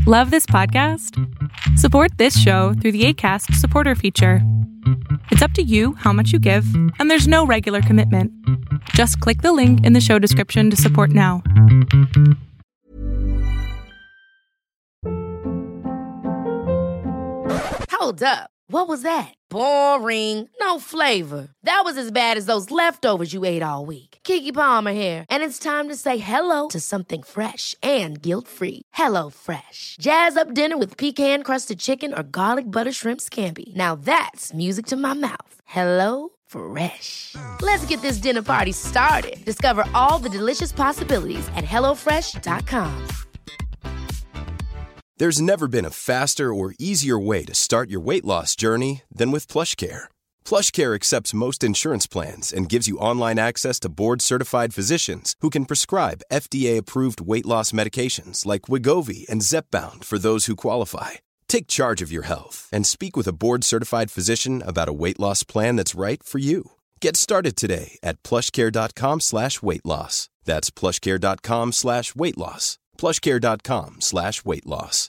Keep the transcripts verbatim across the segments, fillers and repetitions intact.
Love this podcast? Support this show through the Acast supporter feature. It's up to you how much you give, and there's no regular commitment. Just click the link in the show description to support now. Hold up. What was that? Boring. No flavor. That was as bad as those leftovers you ate all week. Keke Palmer here, and it's time to say hello to something fresh and guilt-free. Hello Fresh. Jazz up dinner with pecan-crusted chicken or garlic butter shrimp scampi. Now that's music to my mouth. Hello Fresh. Let's get this dinner party started. Discover all the delicious possibilities at hello fresh dot com. There's never been a faster or easier way to start your weight loss journey than with PlushCare. PlushCare accepts most insurance plans and gives you online access to board-certified physicians who can prescribe F D A-approved weight loss medications like Wegovy and Zepbound for those who qualify. Take charge of your health and speak with a board-certified physician about a weight loss plan that's right for you. Get started today at plushcare.com slash weight loss. That's plushcare.com slash weight loss. plushcare.com slash weight loss.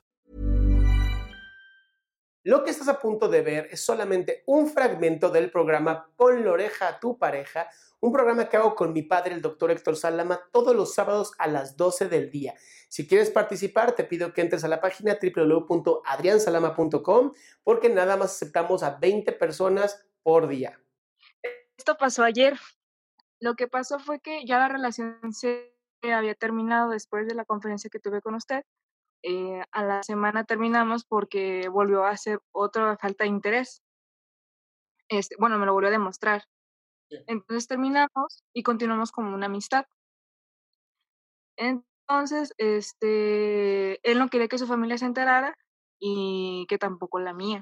Lo que estás a punto de ver es solamente un fragmento del programa Pon la oreja a tu pareja, un programa que hago con mi padre, el doctor Héctor Sálama, todos los sábados a las doce del día. Si quieres participar, te pido que entres a la página doble u doble u doble u punto adrian salama punto com porque nada más aceptamos a veinte personas por día. Esto pasó ayer. Lo que pasó fue que ya la relación se había terminado después de la conferencia que tuve con usted. Eh, a la semana terminamos porque volvió a hacer otra falta de interés. Este, bueno, me lo volvió a demostrar. Sí. Entonces terminamos y continuamos como una amistad. Entonces, este, él no quería que su familia se enterara y que tampoco la mía.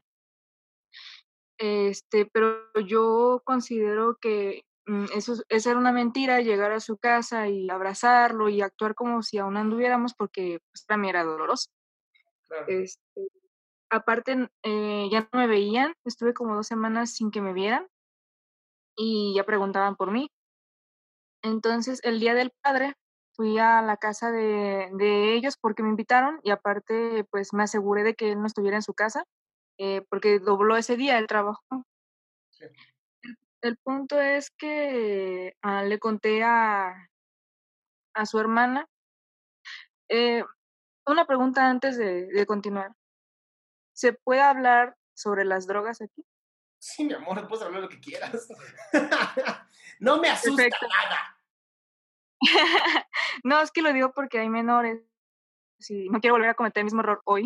Este, pero yo considero que mm, eso, esa era una mentira, llegar a su casa y abrazarlo y actuar como si aún anduviéramos, porque pues, para mí era doloroso. Claro. Este, aparte, eh, ya no me veían, estuve como dos semanas sin que me vieran y ya preguntaban por mí. Entonces, el Día del Padre, fui a la casa de, de ellos porque me invitaron y aparte, pues me aseguré de que él no estuviera en su casa. Eh, porque dobló ese día el trabajo. Sí. El, el punto es que ah, le conté a, a su hermana. Eh, una pregunta antes de, de continuar. ¿Se puede hablar sobre las drogas aquí? Sí, mi amor, puedes hablar lo que quieras. No me asusta Perfecto. Nada. No, es que lo digo porque hay menores. Sí, no quiero volver a cometer el mismo error hoy.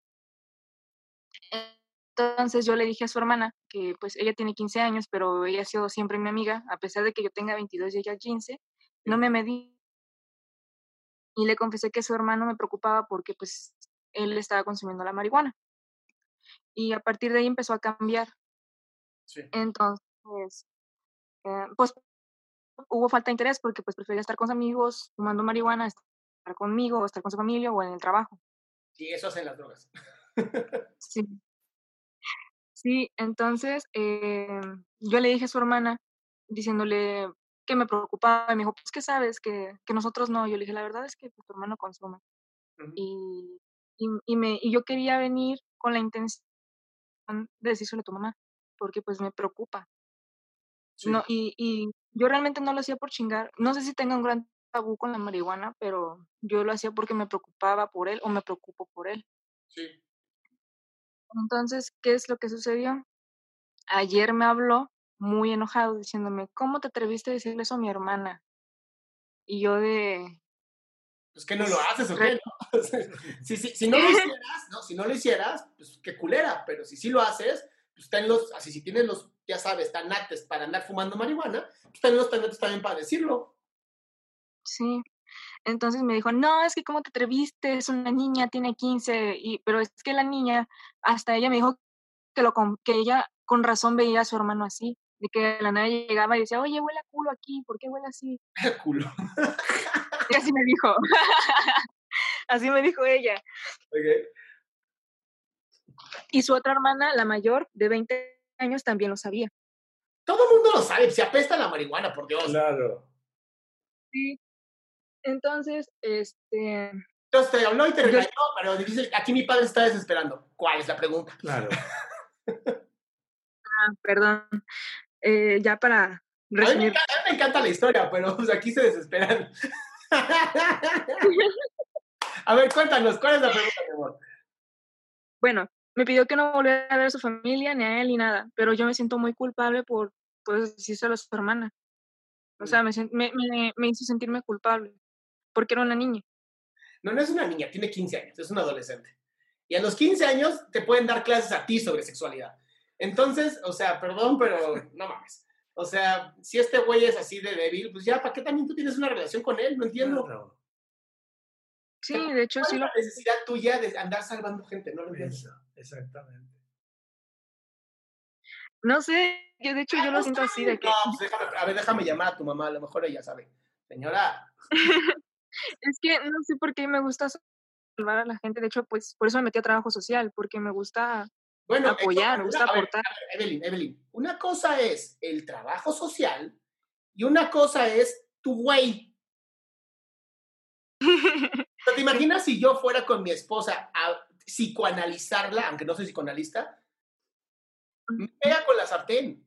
Entonces yo le dije a su hermana que pues ella tiene quince años, pero ella ha sido siempre mi amiga, a pesar de que yo tenga veintidós y ella quince, no me medí. Y le confesé que su hermano me preocupaba porque pues él estaba consumiendo la marihuana. Y a partir de ahí empezó a cambiar. Sí. Entonces, eh, pues hubo falta de interés porque pues prefería estar con sus amigos fumando marihuana, estar conmigo, o estar con su familia o en el trabajo. Sí, eso hacen las drogas. Sí. Sí, entonces eh, yo le dije a su hermana, diciéndole que me preocupaba, y me dijo, pues, ¿qué sabes? Que, que nosotros no. Yo le dije, la verdad es que pues, tu hermano consume. Uh-huh. Y, y, y, me, y yo quería venir con la intención de decírselo a tu mamá, porque pues me preocupa. Sí. No, y, y yo realmente no lo hacía por chingar. No sé si tenga un gran tabú con la marihuana, pero yo lo hacía porque me preocupaba por él o me preocupo por él. Sí. Entonces, ¿qué es lo que sucedió? Ayer me habló muy enojado diciéndome, ¿cómo te atreviste a decirle eso a mi hermana? Y yo de... Pues que no lo haces, ¿o qué? ¿No? si, si, si no lo hicieras, no, si no lo hicieras, pues qué culera, pero si sí lo haces, pues tenlos, así si tienes los, ya sabes, tanates para andar fumando marihuana, pues ten los tanates también para decirlo. Sí. Entonces me dijo, no, es que cómo te atreviste, es una niña, tiene quince, y, pero es que la niña, hasta ella me dijo que, lo, que ella con razón veía a su hermano así, de que de la nada llegaba y decía, oye, huele a culo aquí, ¿por qué huele así? Culo. Y así me dijo, así me dijo ella. Okay. Y su otra hermana, la mayor, de veinte años, también lo sabía. Todo el mundo lo sabe, se apesta la marihuana, por Dios. Claro. Sí. Entonces, este, Entonces te habló y te regañó, Yo- pero dices, aquí mi padre está desesperando. ¿Cuál es la pregunta? Claro. Ah, perdón. Eh, ya para A mí, me resumir. encanta, a mí me encanta la historia, pero pues, aquí se desesperan. A ver, cuéntanos, ¿cuál es la pregunta, mi amor? Bueno, me pidió que no volviera a ver a su familia, ni a él, ni nada, pero yo me siento muy culpable por, pues, decírselo a su hermana. O sea, me, sien- me, me, me hizo sentirme culpable, porque era una niña. No, no es una niña, tiene quince años, es un adolescente. Y a los quince años te pueden dar clases a ti sobre sexualidad. Entonces, o sea, perdón, pero no mames. O sea, si este güey es así de débil, pues ya, ¿para qué también tú tienes una relación con él? No entiendo. Claro. Sí, de hecho, ¿Cuál sí es lo... la necesidad tuya de andar salvando gente? No lo entiendo. Eso, exactamente. No sé, yo de hecho yo lo siento así, de que... No, pues déjame, a ver, déjame llamar a tu mamá, a lo mejor ella sabe. Señora, Es que no sé por qué me gusta salvar a la gente, de hecho, pues, por eso me metí a trabajo social, porque me gusta bueno, apoyar, eso- me gusta a ver, aportar. a ver, Evelyn, Evelyn, una cosa es el trabajo social y una cosa es tu güey. O sea, ¿te imaginas si yo fuera con mi esposa a psicoanalizarla, aunque no soy psicoanalista? Me pega con la sartén.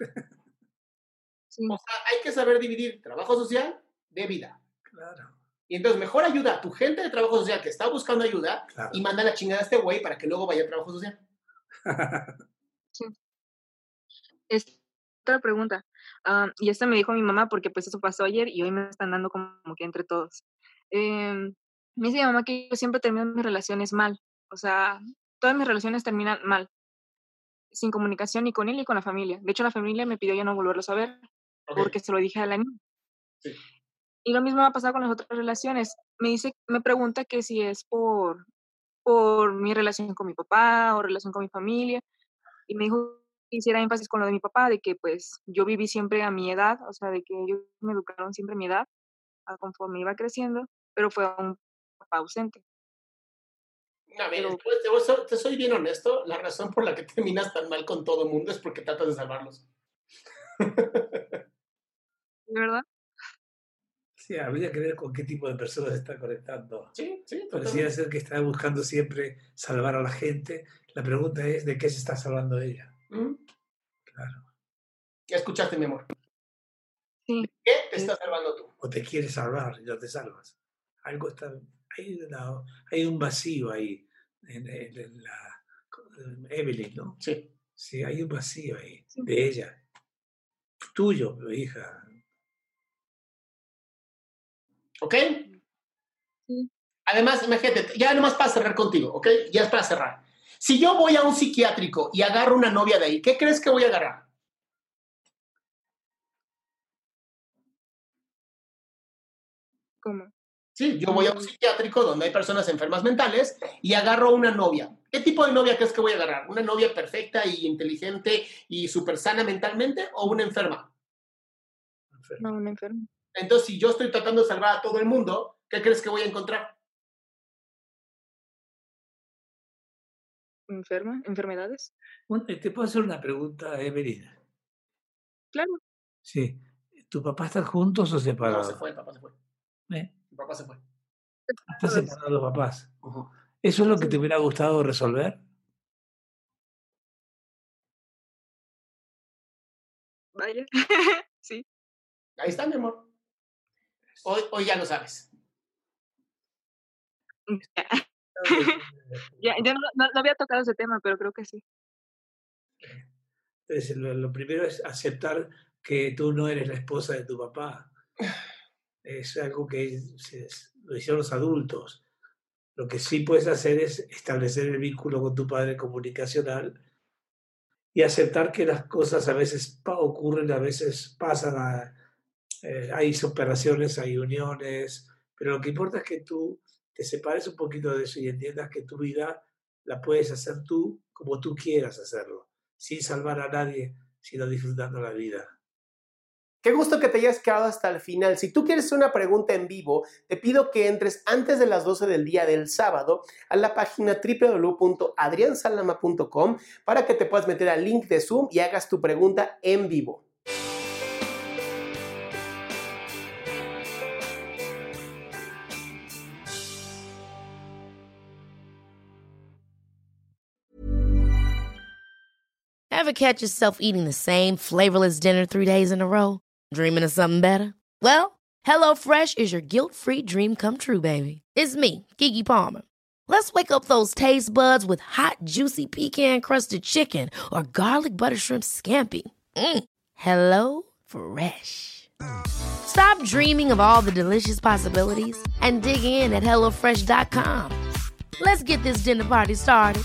Sí. O sea, hay que saber dividir trabajo social de vida. Claro. Y entonces mejor ayuda a tu gente de trabajo social que está buscando ayuda Claro. y manda la chingada a este güey para que luego vaya a trabajo social. Sí. Es otra pregunta. ah, y esta me dijo mi mamá porque pues eso pasó ayer y hoy me están dando como, como que entre todos. Em, me dice mi mamá que yo siempre termino mis relaciones mal. O sea, todas mis relaciones terminan mal. Sin comunicación ni con él ni con la familia. De hecho, la familia me pidió ya no volverlos a ver Ok. porque se lo dije a la niña. Sí. Y lo mismo me ha pasado con las otras relaciones. Me dice, me pregunta que si es por, por mi relación con mi papá o relación con mi familia. Y me dijo que hiciera énfasis con lo de mi papá, de que pues yo viví siempre a mi edad, o sea, de que ellos me educaron siempre a mi edad, a conforme iba creciendo, pero fue un papá ausente. A ver, Pero- pues, te, voy a ser- te soy bien honesto, la razón por la que terminas tan mal con todo el mundo es porque tratas de salvarlos. ¿De verdad? Sí, habría que ver con qué tipo de personas se está conectando. Sí, sí, Pareciera totalmente. ser que está buscando siempre salvar a la gente. La pregunta es, ¿de qué se está salvando ella? Mm. Claro. Ya escuchaste, mi amor. Sí. ¿Qué te Sí. estás salvando tú? O te quieres salvar y no te salvas. Algo está... Hay, una- hay un vacío ahí en, en- en la... en Evelyn, ¿no? Sí. Sí, hay un vacío ahí Sí. de ella. Tuyo, hija. ¿Ok? Sí. Además, imagínate, ya nomás para cerrar contigo, ¿ok? Ya es para cerrar. Si yo voy a un psiquiátrico y agarro una novia de ahí, ¿qué crees que voy a agarrar? ¿Cómo? Sí, yo voy a un Mm. psiquiátrico donde hay personas enfermas mentales y agarro una novia. ¿Qué tipo de novia crees que voy a agarrar? ¿Una novia perfecta y inteligente y súper sana mentalmente o una enferma? No, un enfermo. Entonces, si yo estoy tratando de salvar a todo el mundo, ¿qué crees que voy a encontrar? ¿Enferma? ¿Enfermedades? Bueno, ¿te puedo hacer una pregunta, Evelyn? Claro. Sí. ¿Tu papá están juntos o No, separados? se fue, el papá se fue. ¿Eh? El papá se fue. Están separados los papás. Uh-huh. ¿Eso es lo que Sí. te hubiera gustado resolver? Vaya. Sí. Ahí está, mi amor. Hoy, hoy ya lo sabes. Ya, ya, ya no, no, no había tocado ese tema, pero creo que sí. Entonces, lo, lo primero es aceptar que tú no eres la esposa de tu papá. Es algo que se, lo hicieron los adultos. Lo que sí puedes hacer es establecer el vínculo con tu padre comunicacional y aceptar que las cosas a veces pa- ocurren, a veces pasan, a, eh, hay separaciones, hay uniones, pero lo que importa es que tú te separes un poquito de eso y entiendas que tu vida la puedes hacer tú como tú quieras hacerlo, sin salvar a nadie, sino disfrutando la vida. Qué gusto que te hayas quedado hasta el final. Si tú quieres hacer una pregunta en vivo, te pido que entres antes de las doce del día del sábado a la página doble u doble u doble u punto adrian salama punto com para que te puedas meter al link de Zoom y hagas tu pregunta en vivo. Ever catch yourself eating the same flavorless dinner three days in a row? Dreaming of something better? Well, HelloFresh is your guilt-free dream come true, baby. It's me, Keke Palmer. Let's wake up those taste buds with hot, juicy pecan-crusted chicken or garlic butter shrimp scampi. Mm. Hello Fresh. Stop dreaming of all the delicious possibilities and dig in at hello fresh dot com. Let's get this dinner party started.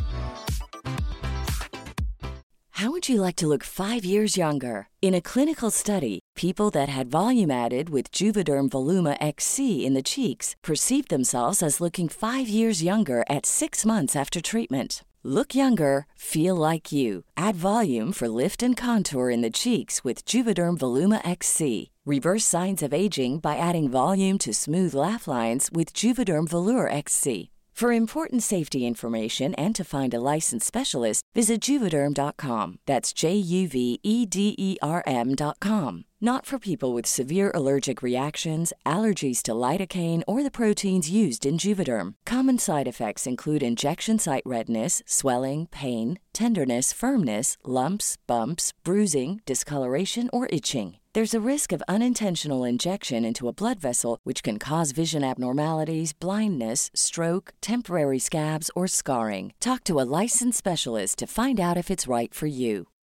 How would you like to look five years younger? In a clinical study, people that had volume added with Juvederm Voluma X C in the cheeks perceived themselves as looking five years younger at six months after treatment. Look younger, feel like you. Add volume for lift and contour in the cheeks with Juvederm Voluma X C. Reverse signs of aging by adding volume to smooth laugh lines with Juvederm Volure X C. For important safety information and to find a licensed specialist, visit Juvederm dot com. That's J U V E D E R M dot com. Not for people with severe allergic reactions, allergies to lidocaine, or the proteins used in Juvederm. Common side effects include injection site redness, swelling, pain, tenderness, firmness, lumps, bumps, bruising, discoloration, or itching. There's a risk of unintentional injection into a blood vessel, which can cause vision abnormalities, blindness, stroke, temporary scabs, or scarring. Talk to a licensed specialist to find out if it's right for you.